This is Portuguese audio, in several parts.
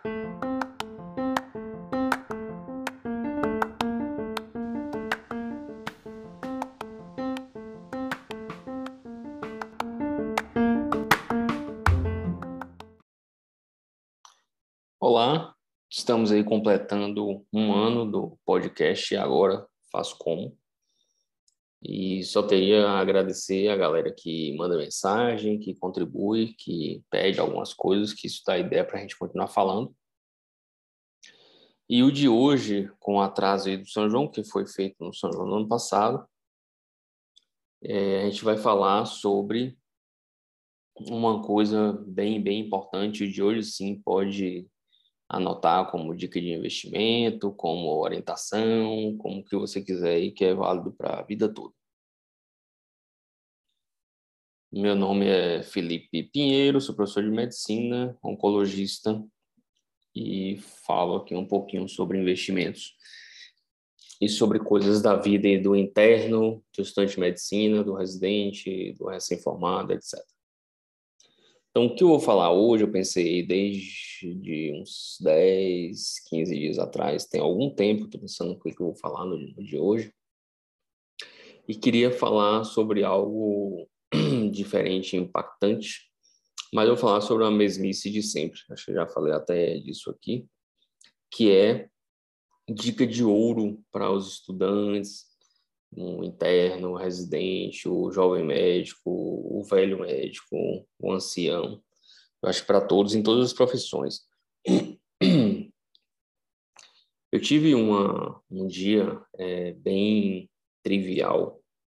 Olá, estamos aí completando um ano do podcast Agora Faço Como. E só teria a agradecer a galera que manda mensagem, que contribui, que pede algumas coisas, que isso dá ideia para a gente continuar falando. E o de hoje, com o atraso aí do São João, que foi feito no São João no ano passado, a gente vai falar sobre uma coisa bem importante. O de hoje, sim, pode anotar como dica de investimento, como orientação, como que você quiser e que é válido para a vida toda. Meu nome é Felipe Pinheiro, sou professor de medicina, oncologista e falo aqui um pouquinho sobre investimentos e sobre coisas da vida e do interno, do estudante de medicina, do residente, do recém-formado, etc. Então, o que eu vou falar hoje, eu pensei desde uns 10, 15 dias atrás, tem algum tempo, estou pensando o que eu vou falar no dia de hoje, e queria falar sobre algo diferente e impactante, mas eu vou falar sobre uma mesmice de sempre, acho que eu já falei até disso aqui, que é dica de ouro para os estudantes, o interno, o residente, o jovem médico, o velho médico, o ancião. Eu acho que para todos, em todas as profissões. Eu tive um dia trivial,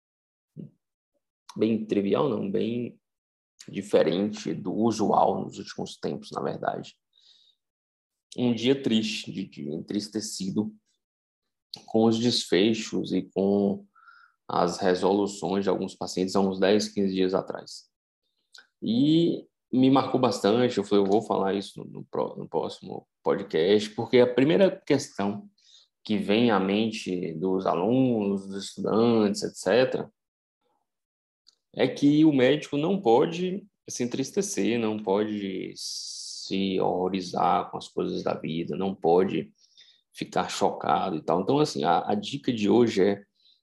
bem trivial não, bem diferente do usual nos últimos tempos, na verdade. Um dia triste, de entristecido com os desfechos e com as resoluções de alguns pacientes há uns 10, 15 dias atrás. E me marcou bastante, eu falei, eu vou falar isso no próximo podcast, porque a primeira questão que vem à mente dos alunos, dos estudantes, etc., é que o médico não pode se entristecer, não pode se horrorizar com as coisas da vida, não pode ficar chocado e tal. Então, assim, a dica de hoje é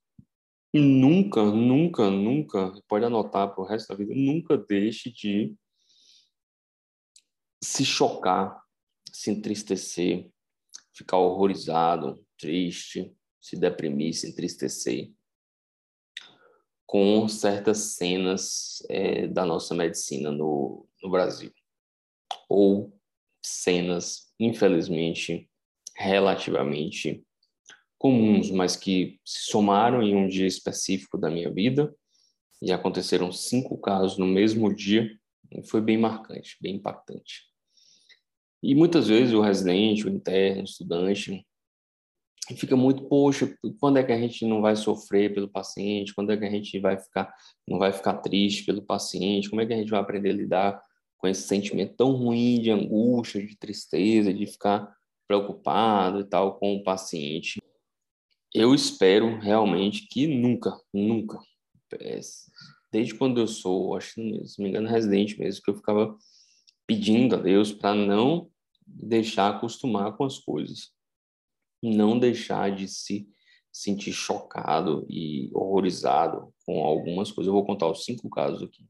nunca, pode anotar para o resto da vida, nunca deixe de se chocar, se entristecer, ficar horrorizado, triste, se deprimir, se entristecer com certas cenas da nossa medicina no Brasil. Ou cenas, infelizmente, relativamente comuns, mas que se somaram em um dia específico da minha vida e aconteceram 5 casos no mesmo dia, e foi bem marcante, bem impactante. E muitas vezes o residente, o interno, o estudante, fica muito, poxa, quando é que a gente não vai sofrer pelo paciente? Quando é que a gente não vai ficar triste pelo paciente? Como é que a gente vai aprender a lidar com esse sentimento tão ruim de angústia, de tristeza, de ficar preocupado e tal com o paciente? Eu espero realmente que nunca, é, desde quando eu sou, acho que, se não me engano, residente mesmo, que eu ficava pedindo a Deus para não deixar acostumar com as coisas, não deixar de se sentir chocado e horrorizado com algumas coisas. Eu vou contar os 5 casos aqui.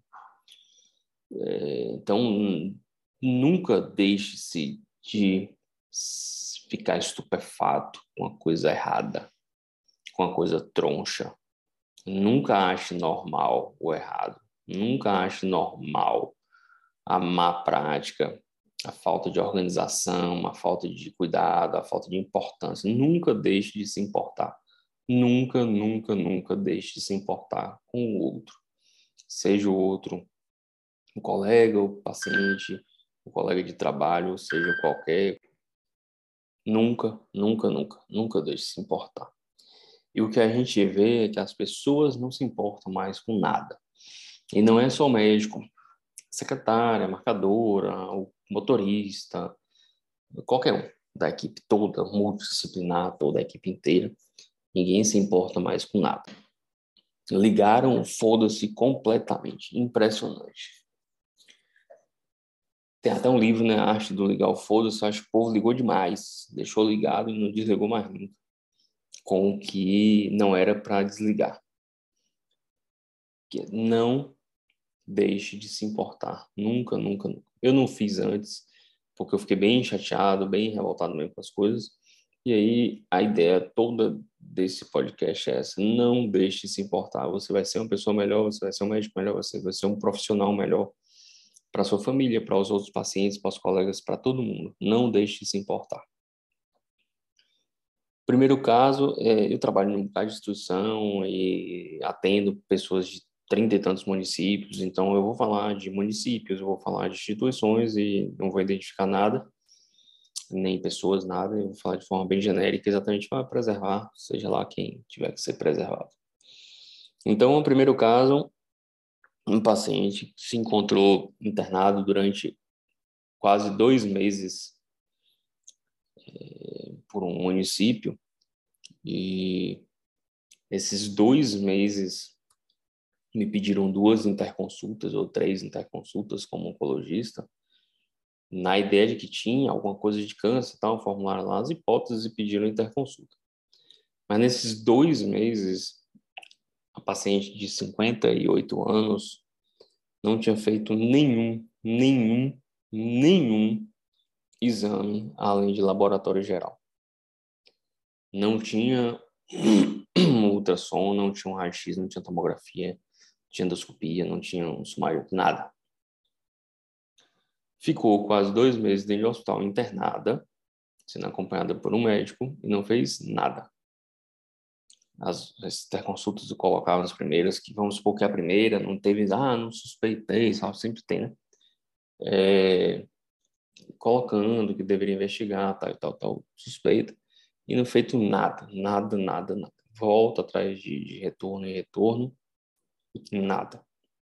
Então, nunca deixe-se de ficar estupefato com a coisa errada, com a coisa troncha. Nunca ache normal o errado. Nunca ache normal a má prática, a falta de organização, a falta de cuidado, a falta de importância. Nunca deixe de se importar. Nunca deixe de se importar com o outro. Seja o outro um colega, o paciente, o colega de trabalho, seja qualquer. Nunca deixe de se importar. E o que a gente vê é que as pessoas não se importam mais com nada. E não é só o médico, secretária, marcadora, o motorista, qualquer um da equipe toda, multidisciplinar, toda a equipe inteira. Ninguém se importa mais com nada. Ligaram, foda-se completamente. Impressionante. Tem até um livro, né? A Arte do Ligar o Foda-se. Acho que o povo ligou demais. Deixou ligado e não desligou mais nunca. Com o que não era para desligar. Que não deixe de se importar. Nunca, nunca, nunca. Eu não fiz antes, porque eu fiquei bem chateado, bem revoltado mesmo com as coisas. E aí, a ideia toda desse podcast é essa: não deixe de se importar. Você vai ser uma pessoa melhor, você vai ser um médico melhor, você vai ser um profissional melhor para sua família, para os outros pacientes, para os colegas, para todo mundo. Não deixe de se importar. Primeiro caso, eu trabalho em um bocado de instituição e atendo pessoas de 30 e tantos municípios, então eu vou falar de municípios, eu vou falar de instituições e não vou identificar nada, nem pessoas, nada, eu vou falar de forma bem genérica, exatamente para preservar, seja lá quem tiver que ser preservado. Então, no primeiro caso, um paciente se encontrou internado durante quase 2 meses por um município, e esses 2 meses me pediram 2 interconsultas ou 3 interconsultas como oncologista, na ideia de que tinha alguma coisa de câncer e tal, formularam lá as hipóteses e pediram interconsulta. Mas nesses 2 meses, a paciente de 58 anos não tinha feito nenhum exame além de laboratório geral. Não tinha ultrassom, não tinha um raio-x, não tinha tomografia, não tinha endoscopia, não tinha um sumário, nada. Ficou quase 2 meses dentro do hospital internada, sendo acompanhada por um médico, e não fez nada. As interconsultas eu colocava nas primeiras, que vamos supor que a primeira não teve, não suspeitei, sabe? Sempre tem, né? Colocando que deveria investigar, tal, suspeita, e não feito nada. Volta atrás de retorno e retorno, nada.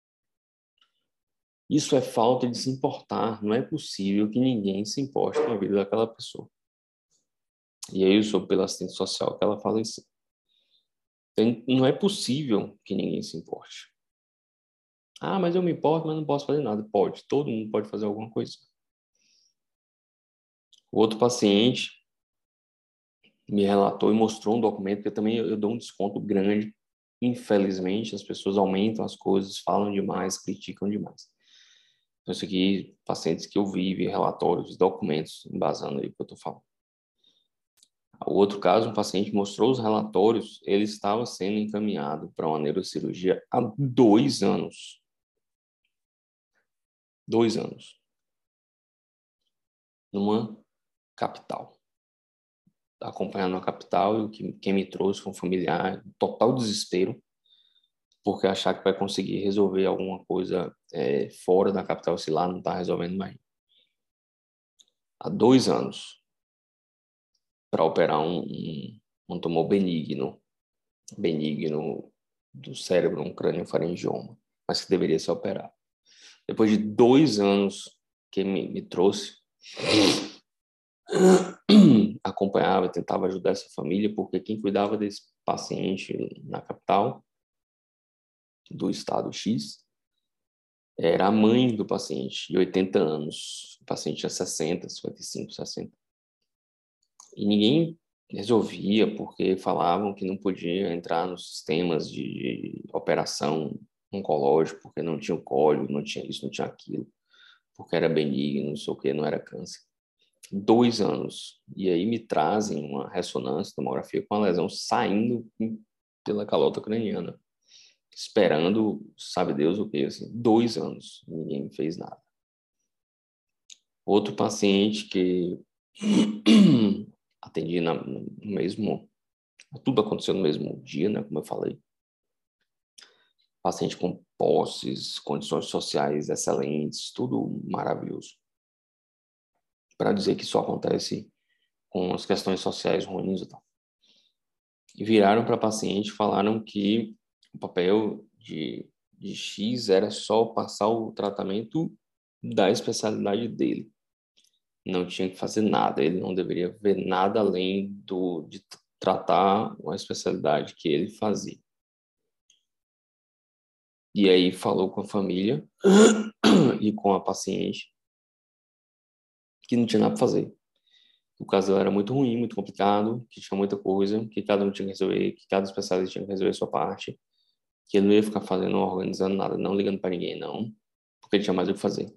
Isso é falta de se importar. Não é possível que ninguém se importe com a vida daquela pessoa. E aí eu soube pela assistente social que ela fala isso. Não é possível que ninguém se importe. Mas eu me importo, mas não posso fazer nada. Pode, todo mundo pode fazer alguma coisa. O outro paciente me relatou e mostrou um documento, porque também eu dou um desconto grande. Infelizmente, as pessoas aumentam as coisas, falam demais, criticam demais. Então, isso aqui, pacientes que eu vi, relatórios, documentos, embasando aí o que eu estou falando. O outro caso, um paciente mostrou os relatórios, ele estava sendo encaminhado para uma neurocirurgia há 2 anos. 2 anos. Numa capital. Acompanhando a capital, e quem me trouxe foi um familiar, total desespero, porque achar que vai conseguir resolver alguma coisa fora da capital, se lá não está resolvendo mais. Há 2 anos, para operar um tumor benigno do cérebro, um craniofaringioma, mas que deveria ser operado. Depois de 2 anos que me trouxe, acompanhava, tentava ajudar essa família, porque quem cuidava desse paciente na capital do estado X era a mãe do paciente, de 80 anos. O paciente tinha 60, 55, 60. E ninguém resolvia, porque falavam que não podia entrar nos sistemas de operação oncológico, porque não tinha o código, não tinha isso, não tinha aquilo, porque era benigno, não sei o que, não era câncer. 2 anos. E aí me trazem uma ressonância, tomografia com a lesão saindo pela calota craniana, esperando, sabe Deus o que, assim, 2 anos, ninguém me fez nada. Outro paciente que atendi no mesmo, tudo aconteceu no mesmo dia, né, como eu falei. Paciente com posses, condições sociais excelentes, tudo maravilhoso. Para dizer que isso acontece com as questões sociais ruins e tal. E viraram para a paciente e falaram que o papel de X era só passar o tratamento da especialidade dele. Não tinha que fazer nada, ele não deveria ver nada além de tratar uma especialidade que ele fazia. E aí falou com a família e com a paciente que não tinha nada para fazer. O caso dela era muito ruim, muito complicado, que tinha muita coisa, que cada um tinha que resolver, que cada especialista tinha que resolver a sua parte, que ele não ia ficar fazendo, organizando nada, não ligando para ninguém, não, porque ele tinha mais o que fazer.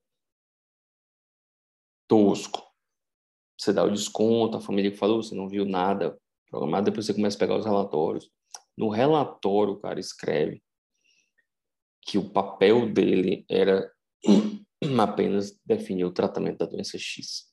Tosco. Você dá o desconto, a família que falou, você não viu nada programado, depois você começa a pegar os relatórios. No relatório, o cara escreve que o papel dele era apenas definir o tratamento da doença X.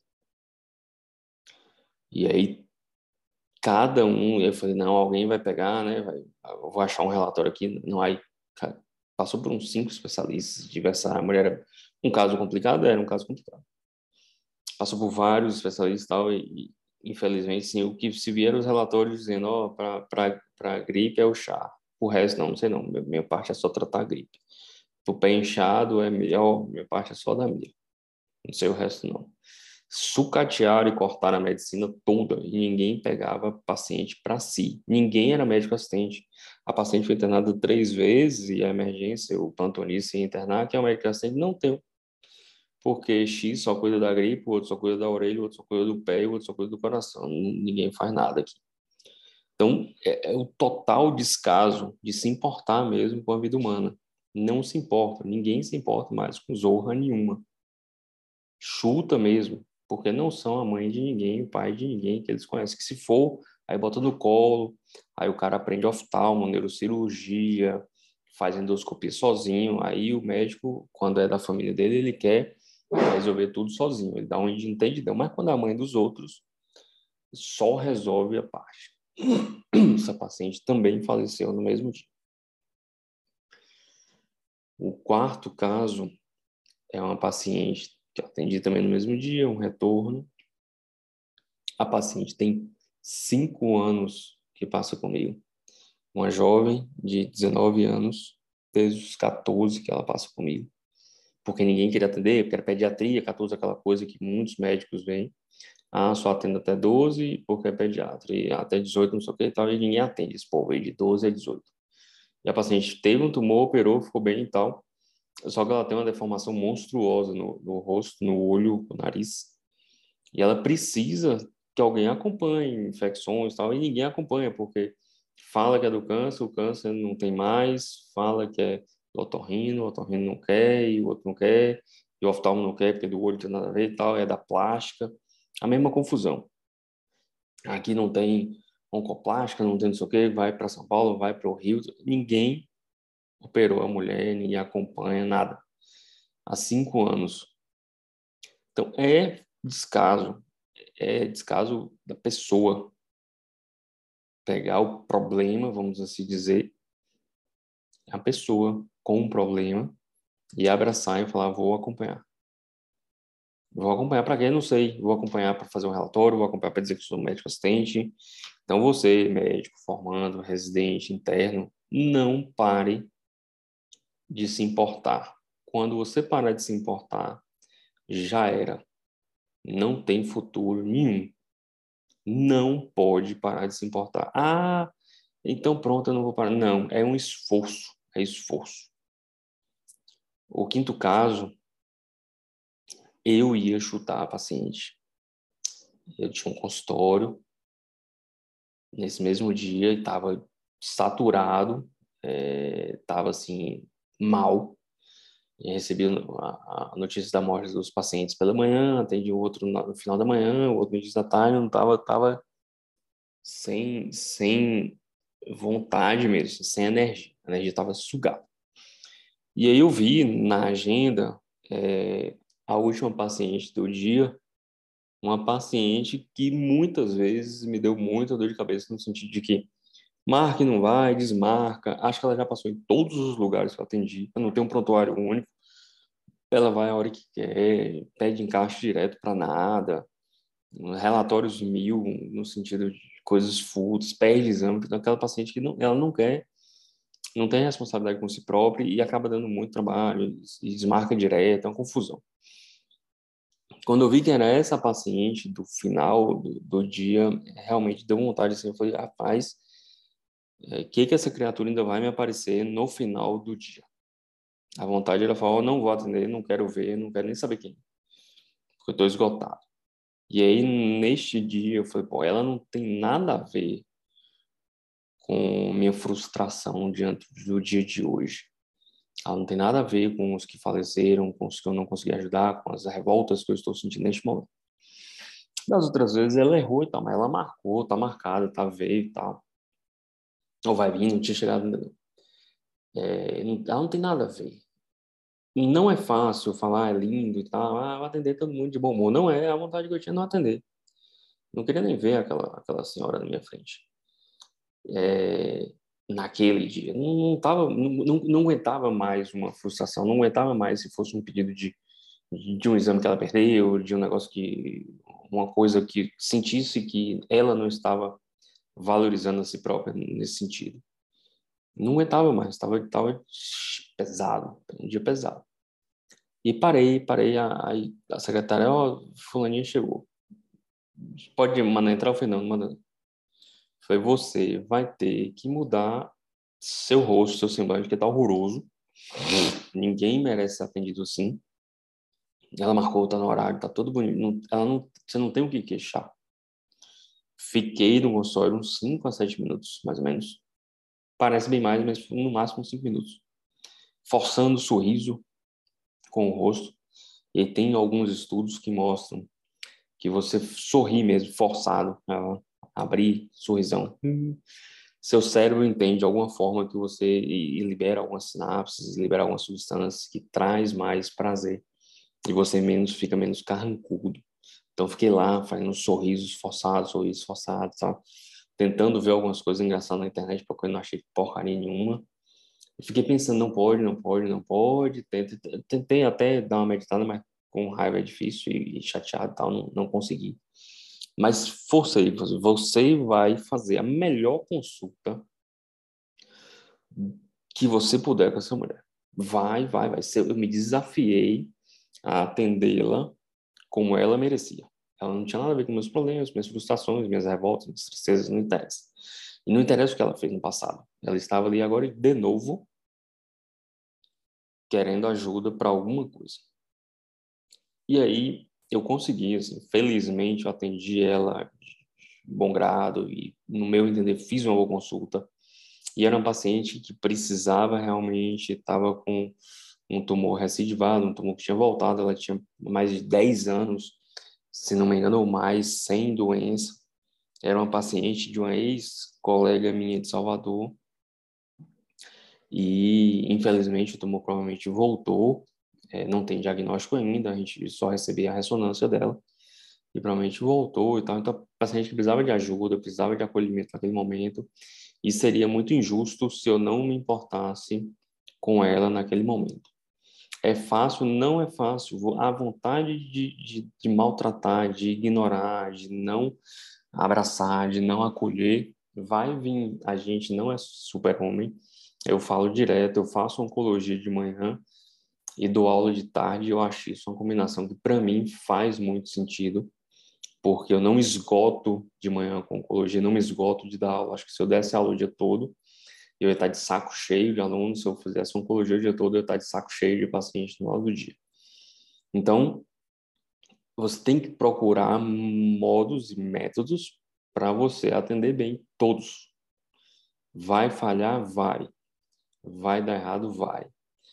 E aí, cada um, eu falei, não, alguém vai pegar, né? Eu vou achar um relatório aqui. Não, aí, cara, passou por uns 5 especialistas, diversas. A mulher era um caso complicado, era um caso complicado. Passou por vários especialistas e tal, e infelizmente, sim, o que se vieram os relatórios dizendo, ó, para gripe é o chá. O resto, não sei não, minha parte é só tratar a gripe. O pé inchado é melhor, minha parte é só da minha. Não sei o resto, não. Sucatearam e cortaram a medicina toda e ninguém pegava paciente para si. Ninguém era médico assistente. A paciente foi internada 3 vezes e a emergência, o plantonista ia internar, que é o médico assistente, não tem. Porque X só cuida da gripe, o outro só cuida da orelha, o outro só cuida do pé, o outro só cuida do coração. Ninguém faz nada aqui. Então, é o total descaso de se importar mesmo com a vida humana. Não se importa, ninguém se importa mais com zorra nenhuma. Chuta mesmo, porque não são a mãe de ninguém, o pai de ninguém que eles conhecem. Que se for, aí bota no colo, aí o cara aprende oftalmo, neurocirurgia, faz endoscopia sozinho. Aí o médico, quando é da família dele, ele quer resolver tudo sozinho, ele dá um entendidão. Mas quando é a mãe dos outros, só resolve a parte. Essa paciente também faleceu no mesmo dia. O quarto caso é uma paciente que eu atendi também no mesmo dia, um retorno. A paciente tem 5 anos que passa comigo. Uma jovem de 19 anos, desde os 14 que ela passa comigo. Porque ninguém queria atender, porque era pediatria, 14 aquela coisa que muitos médicos veem. Ah, só atendo até 12 porque é pediatra. E até 18 não sei o que e tal, e ninguém atende esse povo aí de 12 a 18. E a paciente teve um tumor, operou, ficou bem e tal. Só que ela tem uma deformação monstruosa no rosto, no olho, no nariz. E ela precisa que alguém acompanhe infecções e tal, e ninguém acompanha, porque fala que é do câncer, o câncer não tem mais, fala que é do otorrino, o otorrino não quer, e o outro não quer, e o oftalmo não quer, porque do olho não tem nada a ver e tal, é da plástica. A mesma confusão. Aqui não tem oncoplástica, não tem não sei o quê, vai para São Paulo, vai para o Rio, ninguém operou a mulher, ninguém acompanha, nada. Há 5 anos. Então, é descaso da pessoa pegar o problema, vamos assim dizer, a pessoa com um problema e abraçar e falar, vou acompanhar. Vou acompanhar para quê? Não sei. Vou acompanhar para fazer um relatório, vou acompanhar para dizer que sou médico assistente. Então, você, médico, formando, residente, interno, não pare de se importar. Quando você parar de se importar, já era. Não tem futuro nenhum. Não pode parar de se importar. Ah, então pronto, eu não vou parar. Não, é um esforço. É esforço. O quinto caso, eu ia chutar a paciente. Eu tinha um consultório nesse mesmo dia e estava saturado, estava assim, mal. E recebi a notícia da morte dos pacientes pela manhã, atendi o outro no final da manhã, o outro no início da tarde, não tava sem vontade mesmo, sem energia. A energia estava sugada. E aí eu vi na agenda a última paciente do dia, uma paciente que muitas vezes me deu muita dor de cabeça no sentido de que marca e não vai, desmarca. Acho que ela já passou em todos os lugares que eu atendi. Eu não tenho um prontuário único. Ela vai a hora que quer, pede encaixe direto para nada, relatórios mil no sentido de coisas fúteis, pede exame. Então, aquela paciente que não, ela não quer, não tem responsabilidade com si própria e acaba dando muito trabalho, e desmarca direto, é uma confusão. Quando eu vi que era essa paciente do final do dia, realmente deu vontade assim, eu falei, rapaz, que essa criatura ainda vai me aparecer no final do dia? A vontade era falar, eu não vou atender, não quero ver, não quero nem saber quem. porque eu estou esgotado. E aí, neste dia, eu falei, pô, ela não tem nada a ver com minha frustração diante do dia de hoje. Ela não tem nada a ver com os que faleceram, com os que eu não consegui ajudar, com as revoltas que eu estou sentindo neste momento. Das outras vezes ela errou e tal, mas ela marcou, tá marcada, tá veio e tal. Ou vai vir, não tinha chegado ainda não. Ela não tem nada a ver. E não é fácil falar, é lindo e tal, vou atender todo mundo de bom humor. Não é, a vontade que eu tinha não atender. Não queria nem ver aquela senhora na minha frente. É, naquele dia. Não aguentava mais uma frustração, não aguentava mais se fosse um pedido de um exame que ela perdeu, de um negócio uma coisa que sentisse que ela não estava valorizando a si própria nesse sentido. Não aguentava mais, estava pesado, um dia pesado. E parei, aí a secretária, fulaninha chegou. Pode mandar entrar? Eu falei, não manda. Foi você vai ter que mudar seu rosto, seu semblante, que tá horroroso. Ninguém merece ser atendido assim. Ela marcou, tá no horário, tá todo bonito. Você não tem o que queixar. Fiquei no consultório uns 5 a 7 minutos, mais ou menos. Parece bem mais, mas no máximo 5 minutos. Forçando o sorriso com o rosto. E tem alguns estudos que mostram que você sorri mesmo, forçado, abrir sorrisão. Seu cérebro entende de alguma forma que você e libera algumas sinapses, libera algumas substâncias que traz mais prazer e você fica menos carrancudo. Então fiquei lá fazendo sorrisos forçados, tal, tentando ver algumas coisas engraçadas na internet porque eu não achei porcaria nenhuma. E fiquei pensando, não pode, não pode, não pode. Tentei até dar uma meditada, mas com raiva é difícil e chateado e tal, não consegui. Mas forcei, você vai fazer a melhor consulta que você puder com essa mulher. Vai. Eu me desafiei a atendê-la como ela merecia. Ela não tinha nada a ver com meus problemas, minhas frustrações, minhas revoltas, minhas tristezas, não interessa. E não interessa o que ela fez no passado. Ela estava ali agora de novo querendo ajuda para alguma coisa. E aí eu consegui, assim, felizmente eu atendi ela de bom grado e, no meu entender, fiz uma boa consulta. E era uma paciente que precisava realmente, estava com um tumor recidivado, um tumor que tinha voltado, ela tinha mais de 10 anos, se não me engano, ou mais, sem doença. Era uma paciente de uma ex-colega minha de Salvador e, infelizmente, o tumor provavelmente voltou. Não tem diagnóstico ainda, a gente só recebia a ressonância dela e provavelmente voltou e tal. Então, a paciente que precisava de ajuda, precisava de acolhimento naquele momento e seria muito injusto se eu não me importasse com ela naquele momento. É fácil? Não é fácil. A vontade de maltratar, de ignorar, de não abraçar, de não acolher, vai vir. A gente não é super-homem. Eu falo direto, eu faço oncologia de manhã e dou aula de tarde. Eu acho isso uma combinação que, para mim, faz muito sentido, porque eu não esgoto de manhã com oncologia, não me esgoto de dar aula. Acho que se eu desse aula o dia todo, eu ia estar de saco cheio de alunos. Se eu fizesse oncologia o dia todo, eu ia estar de saco cheio de paciente no final do dia. Então, você tem que procurar modos e métodos para você atender bem todos. Vai falhar? Vai. Vai dar errado? Vai.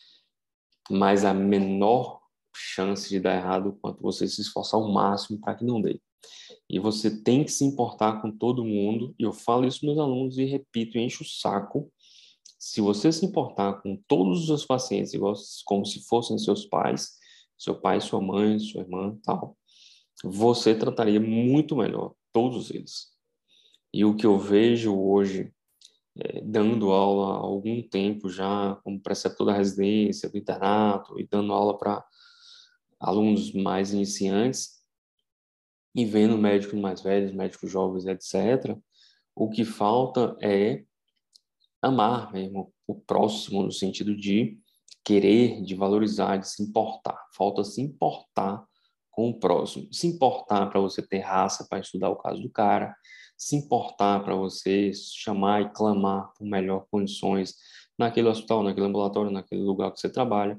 Mas a menor chance de dar errado quanto você se esforçar ao máximo para que não dê. E você tem que se importar com todo mundo. E eu falo isso para meus alunos e repito, encho o saco. Se você se importar com todos os seus pacientes, igual, como se fossem seus pais, seu pai, sua mãe, sua irmã, tal, você trataria muito melhor todos eles. E o que eu vejo hoje, dando aula há algum tempo já, como preceptor da residência, do internato, e dando aula para alunos mais iniciantes, e vendo médicos mais velhos, médicos jovens, etc., o que falta é amar mesmo o próximo, no sentido de querer, de valorizar, de se importar. Falta se importar com o próximo. Se importar para você ter raça para estudar o caso do cara, se importar para você chamar e clamar por melhor condições naquele hospital, naquele ambulatório, naquele lugar que você trabalha,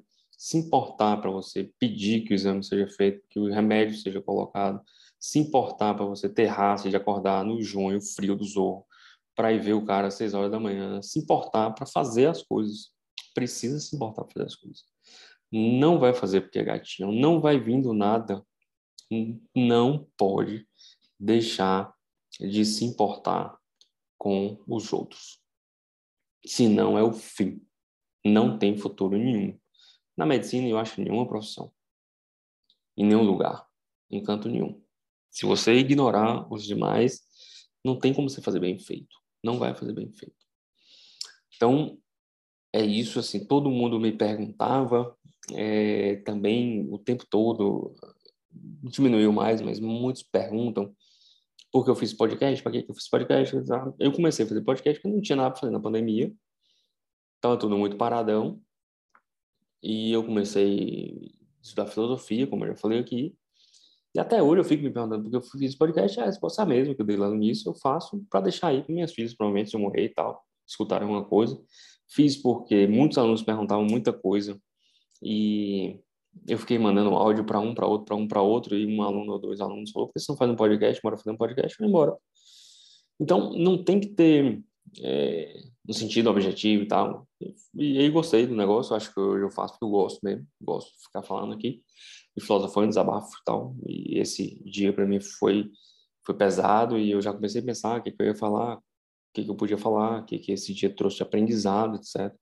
se importar para você pedir que o exame seja feito, que o remédio seja colocado, se importar para você ter raça de acordar no junho, frio do zorro, para ir ver o cara às 6 horas da manhã, se importar para fazer as coisas. Precisa se importar para fazer as coisas. Não vai fazer porque é gatinho, não vai vindo nada. Não pode deixar de se importar com os outros. Senão é o fim. Não tem futuro nenhum. Na medicina, eu acho nenhuma profissão. Em nenhum lugar. Em canto nenhum. Se você ignorar os demais, não tem como você fazer bem feito. Não vai fazer bem feito. Então, é isso, assim, todo mundo me perguntava também o tempo todo, diminuiu mais, mas muitos perguntam por que eu fiz podcast, para que eu fiz podcast. Eu comecei a fazer podcast porque não tinha nada para fazer na pandemia, estava tudo muito paradão, e eu comecei a estudar filosofia, como eu já falei aqui, e até hoje eu fico me perguntando por que eu fiz podcast. A resposta é a mesma que eu dei lá no início, eu faço para deixar aí para minhas filhas, provavelmente, se eu morrer e tal, escutarem alguma coisa. Fiz porque muitos alunos perguntavam muita coisa, e eu fiquei mandando áudio para um, para outro, para um, para outro, e um aluno ou dois alunos falou: por que você não faz um podcast? Bora fazer um podcast? Eu falei: embora. Então, não tem que ter um sentido objetivo e tal. E aí gostei do negócio, acho que eu faço porque eu gosto mesmo, gosto de ficar falando aqui, e filosofando, desabafo e tal. E esse dia para mim foi pesado, e eu já comecei a pensar o que eu ia falar, o que eu podia falar, o que esse dia trouxe de aprendizado, etc.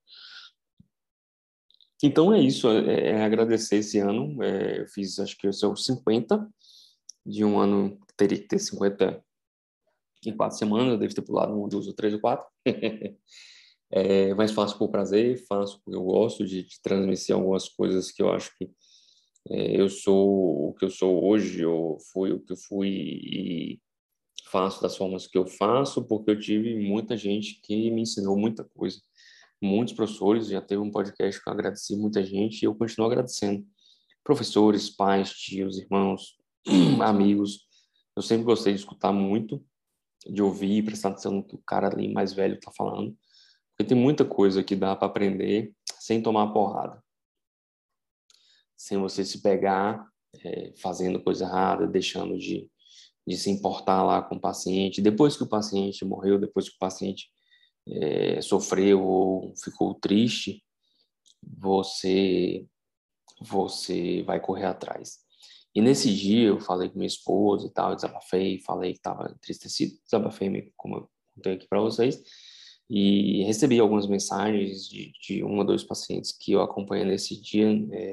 Então é isso, é agradecer esse ano. Eu fiz, acho que esse é o 50 de um ano que teria que ter 50 em 4 semanas, eu devo ter pulado um, duas, ou três, ou quatro. Mas faço por prazer, faço porque eu gosto de transmitir algumas coisas que eu acho que eu sou o que eu sou hoje, ou fui o que eu fui, e faço das formas que eu faço, porque eu tive muita gente que me ensinou muita coisa. Muitos professores, já teve um podcast que eu agradeci muita gente e eu continuo agradecendo. Professores, pais, tios, irmãos, amigos. Eu sempre gostei de escutar muito, de ouvir e prestar atenção no que o cara ali mais velho está falando, porque tem muita coisa que dá para aprender sem tomar porrada, sem você se pegar fazendo coisa errada, deixando de se importar lá com o paciente. Depois que o paciente morreu, depois que o paciente sofreu ou ficou triste, você você vai correr atrás. E nesse dia eu falei com minha esposa e tal, eu desabafei, falei que estava entristecido, desabafei meio como eu contei aqui para vocês, e recebi algumas mensagens de um ou dois pacientes que eu acompanhei nesse dia,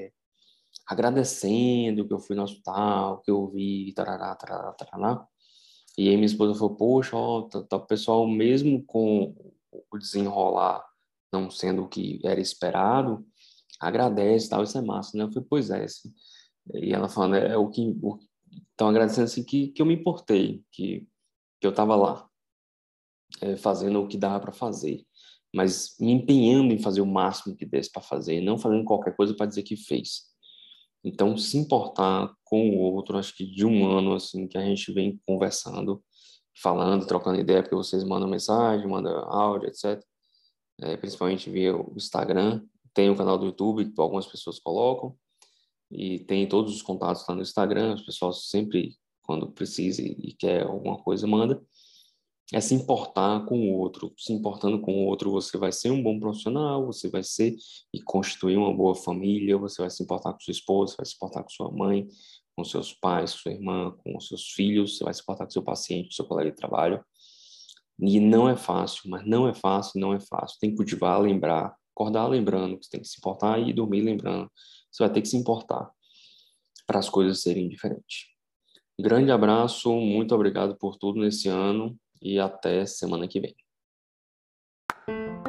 agradecendo que eu fui no hospital, que eu vi, tarará, tarará, tarará. E aí minha esposa falou: poxa, ó, tá o pessoal mesmo com o desenrolar não sendo o que era esperado, agradece, tal, isso é massa, né? Eu falei: pois é, assim. E ela falando: estão agradecendo assim que eu me importei, que eu estava lá, fazendo o que dava para fazer, mas me empenhando em fazer o máximo que desse para fazer, não fazendo qualquer coisa para dizer que fez. Então, se importar com o outro, acho que de um ano assim que a gente vem conversando, falando, trocando ideia, porque vocês mandam mensagem, mandam áudio, etc. Principalmente via o Instagram. Tem o canal do YouTube que algumas pessoas colocam, e tem todos os contatos lá no Instagram. As pessoas sempre, quando precisa e quer alguma coisa, manda. É se importar com o outro. Se importando com o outro, você vai ser um bom profissional, você vai ser e construir uma boa família, você vai se importar com sua esposa, você vai se importar com sua mãe, com seus pais, com sua irmã, com seus filhos, você vai se importar com seu paciente, com seu colega de trabalho. E não é fácil, mas não é fácil, não é fácil. Tem que cultivar, lembrar, acordar lembrando que você tem que se importar e dormir lembrando. Você vai ter que se importar para as coisas serem diferentes. Grande abraço, muito obrigado por tudo nesse ano e até semana que vem.